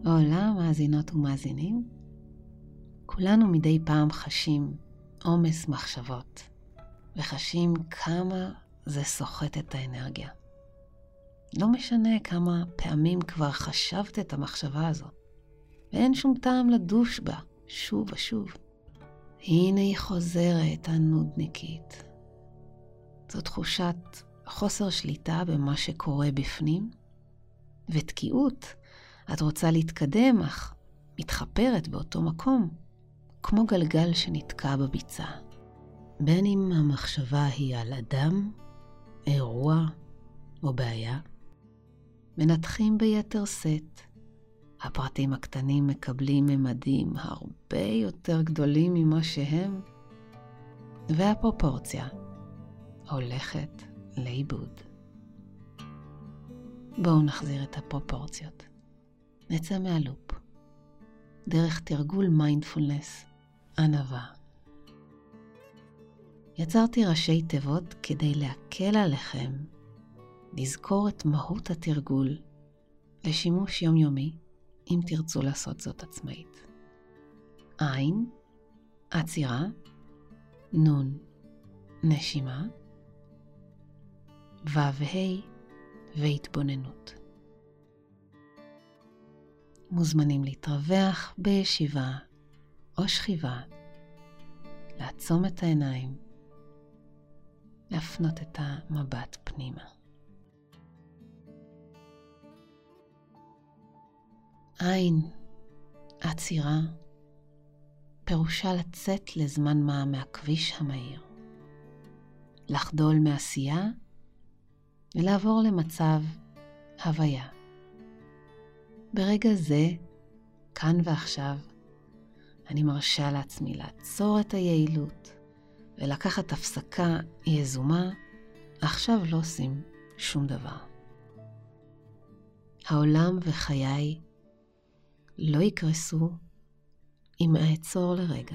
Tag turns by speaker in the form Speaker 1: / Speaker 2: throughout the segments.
Speaker 1: עולם מאזינות ומאזינים, כולנו מדי פעם חשים עומס מחשבות, וחשים כמה זה סוחט את האנרגיה. לא משנה כמה פעמים כבר חשבת את המחשבה הזו, ואין שום טעם לדוש בה שוב ושוב. הנה היא חוזרת, הנודניקית. זו תחושת חוסר שליטה במה שקורה בפנים, ותקיעות. את רוצה להתקדם, אך מתחפרת באותו מקום, כמו גלגל שנתקע בביצה. בין אם המחשבה היא על אדם, אירוע או בעיה, מנתחים ביתר שאת. הפרטים הקטנים מקבלים ממדים הרבה יותר גדולים ממה שהם, והפרופורציה הולכת לאיבוד. בואו נחזיר את הפרופורציות. נצא מהלופ, דרך תרגול מיינדפולנס, ענווה. יצרתי ראשי תיבות כדי להקל עליכם לזכור את מהות התרגול לשימוש יומיומי, אם תרצו לעשות זאת עצמאית. עין, עצירה, נון, נשימה, וו-ה' והתבוננות. מוזמנים להתרווח בישיבה או שכיבה, לעצום את העיניים, להפנות את המבט פנימה. עין, עצירה, פירושה לצאת לזמן מה מהכביש המהיר, לחדול מעשייה ולעבור למצב הוויה. ברגע זה, כאן ועכשיו, אני מרשה לעצמי לעצור את היעילות ולקחת הפסקה יזומה. עכשיו לא עושים שום דבר. העולם וחיי לא יקרסו אם אעצור לרגע.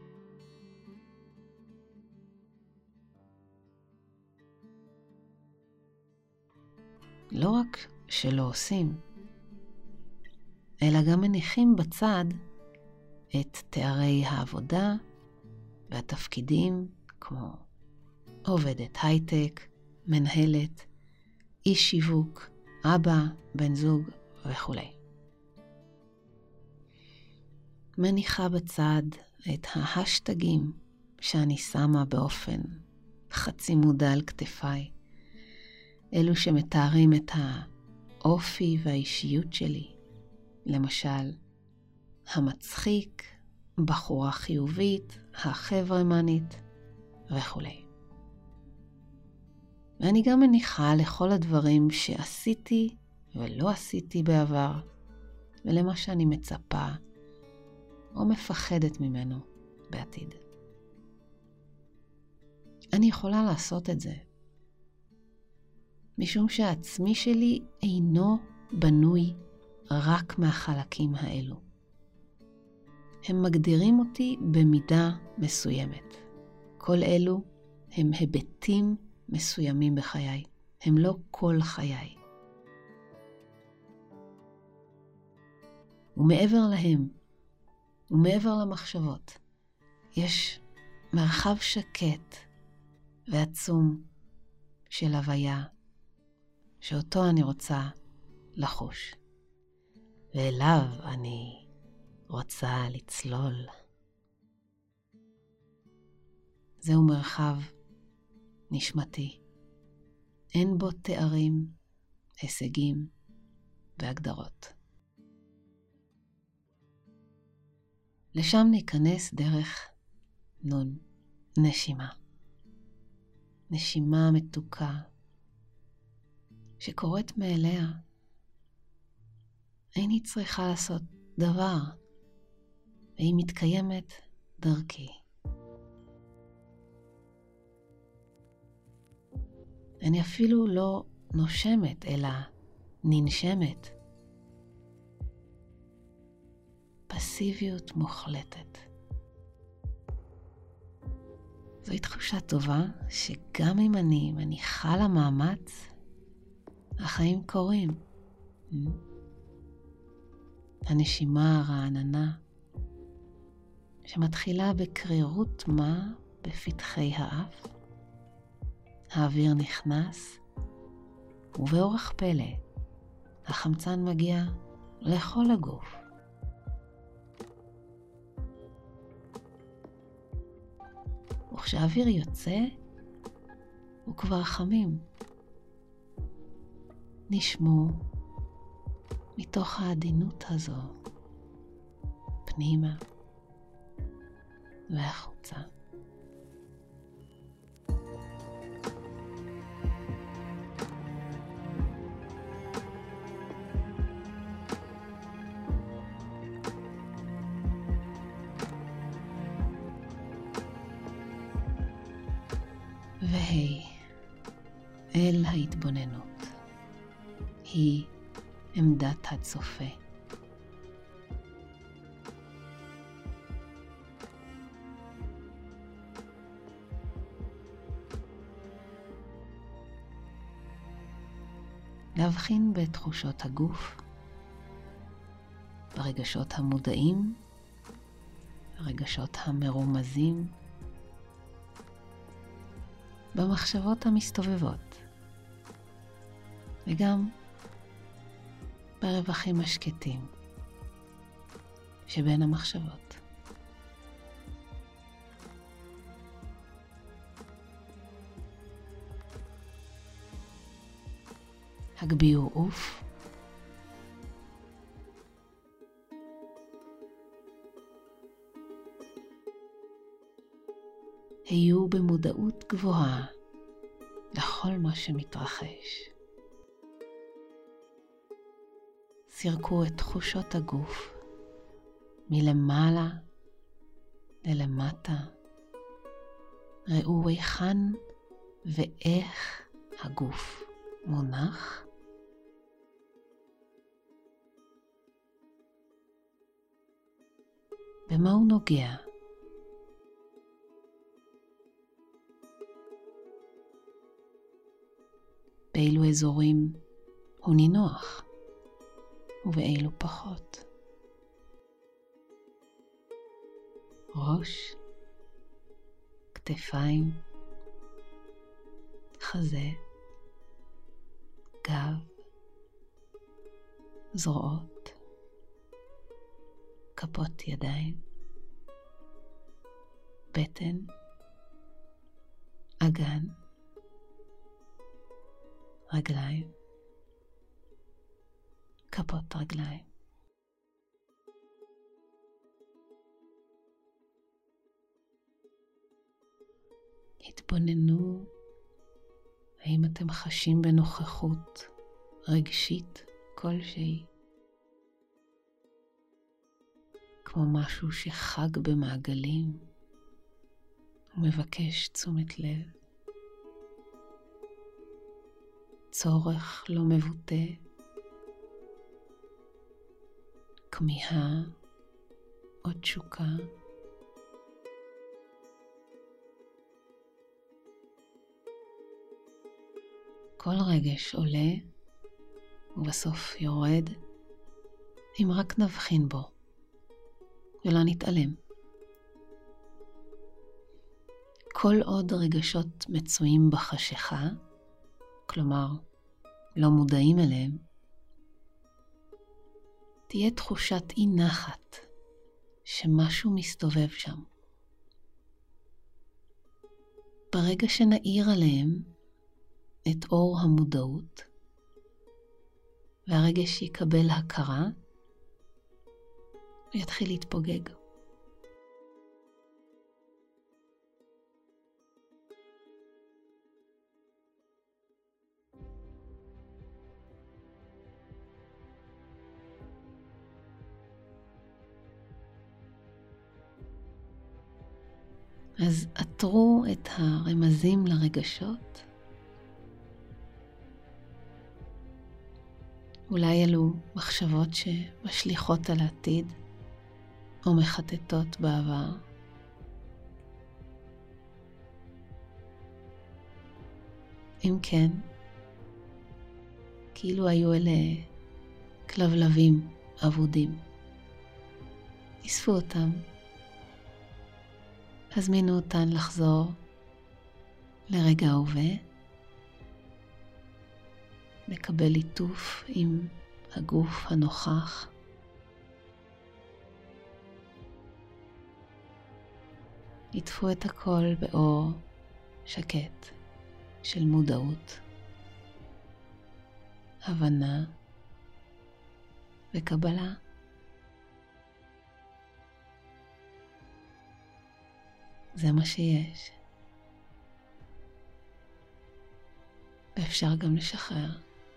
Speaker 1: לא רק שלא עושים, אלא גם מניחים בצד את תארי העבודה והתפקידים כמו עובדת הייטק, מנהלת, איש שיווק, אבא, בן זוג וכו'. מניחה בצד את ההשטגים שאני שמה באופן חצי מודע על כתפיי, אלו שמתארים את האופי והאישיות שלי, למשל, המצחיק, בחורה חיובית, החברמנית וכו'. ואני גם מניחה לכל הדברים שעשיתי ולא עשיתי בעבר, ולמה שאני מצפה או מפחדת ממנו בעתיד. אני יכולה לעשות את זה, משום שהעצמי שלי אינו בנוי רק מהחלקים האלו. הם מגדירים אותי במידה מסוימת. כל אלו הם היבטים מסוימים בחיי. הם לא כל חיי. ומעבר להם, ומעבר למחשבות, יש מרחב שקט ועצום של הוויה, שאותו אני רוצה לחוש. ואליו אני רוצה לצלול. זהו מרחב נשמתי. אין בו תארים, הישגים והגדרות. לשם ניכנס דרך נון, נשימה. נשימה מתוקה שקורית מאליה. איני צריכה לעשות דבר, והיא מתקיימת דרכי. אני אפילו לא נושמת, אלא ננשמת. פסיביות מוחלטת. זוהי תחושה טובה שגם אם אני מניחה למאמץ, החיים קורים. הנשימה הרעננה שמתחילה בקרירות מה בפתחי האף. האוויר נכנס ובאורח פלא החמצן מגיע לכל הגוף. וכשהאוויר יוצא הוא כבר חמים. נשמו מתוך העדינות הזו פנימה והחוצה. והי אל ההתבוננות. היא עמדת הצופה. להבחין בתחושות הגוף, ברגשות המודעים, ברגשות המרומזים, במחשבות המסתובבות, וגם ברווחים השקטים שבין המחשבות. הגביהו עוף, היו במודעות גבוהה לכל מה שמתרחש. סירקו את תחושות הגוף מלמעלה ללמטה. ראו היכן ואיך הגוף מונח. במה הוא נוגע. באילו אזורים הוא נינוח ובאילו פחות. ראש, כתפיים, חזה, גב, זרועות, כפות ידיים, בטן, אגן, רגליים, כפות רגליים. התבוננו האם אתם חשים בנוכחות רגשית כלשהי, כמו משהו שחג במעגלים ומבקש תשומת לב, צורך לא מבוטא, כמיהה או תשוקה. כל רגש עולה ובסוף יורד, אם רק נבחין בו ולא נתעלם. כל עוד רגשות מצויים בחשיכה, כלומר לא מודעים אליהם, תהיה תחושת אי נחת שמשהו מסתובב שם. ברגע שנאיר עליהם את אור המודעות והרגש יקבל הכרה, הוא יתחיל להתפוגג. אז עטרו את הרמזים לרגשות. אולי אלו מחשבות שמשליכות על העתיד או מחטטות בעבר. אם כן, כאילו היו אלה כלבלבים אבודים. אספו אותם. הזמינו אותן לחזור לרגע ההווה, לקבל ליטוף עם הגוף הנוכח. עטפו את הכל באור שקט של מודעות, הבנה וקבלה. זה מה שיש. ואפשר גם לשחרר.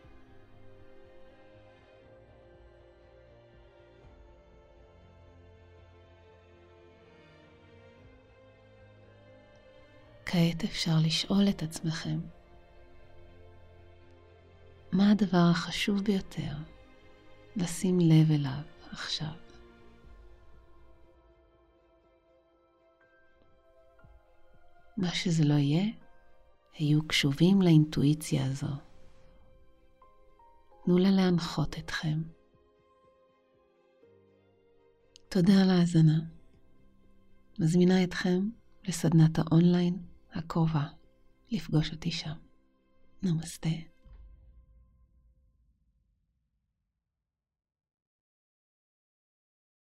Speaker 1: כעת אפשר לשאול את עצמכם, מה הדבר החשוב ביותר לשים לב אליו עכשיו? מה שזה לא יהיה, היו קשובים לאינטואיציה הזו. תנו לה להנחות אתכם. תודה על ההאזנה. מזמינה אתכם לסדנת האונליין הקרובה לפגוש אותי שם. נמסטה.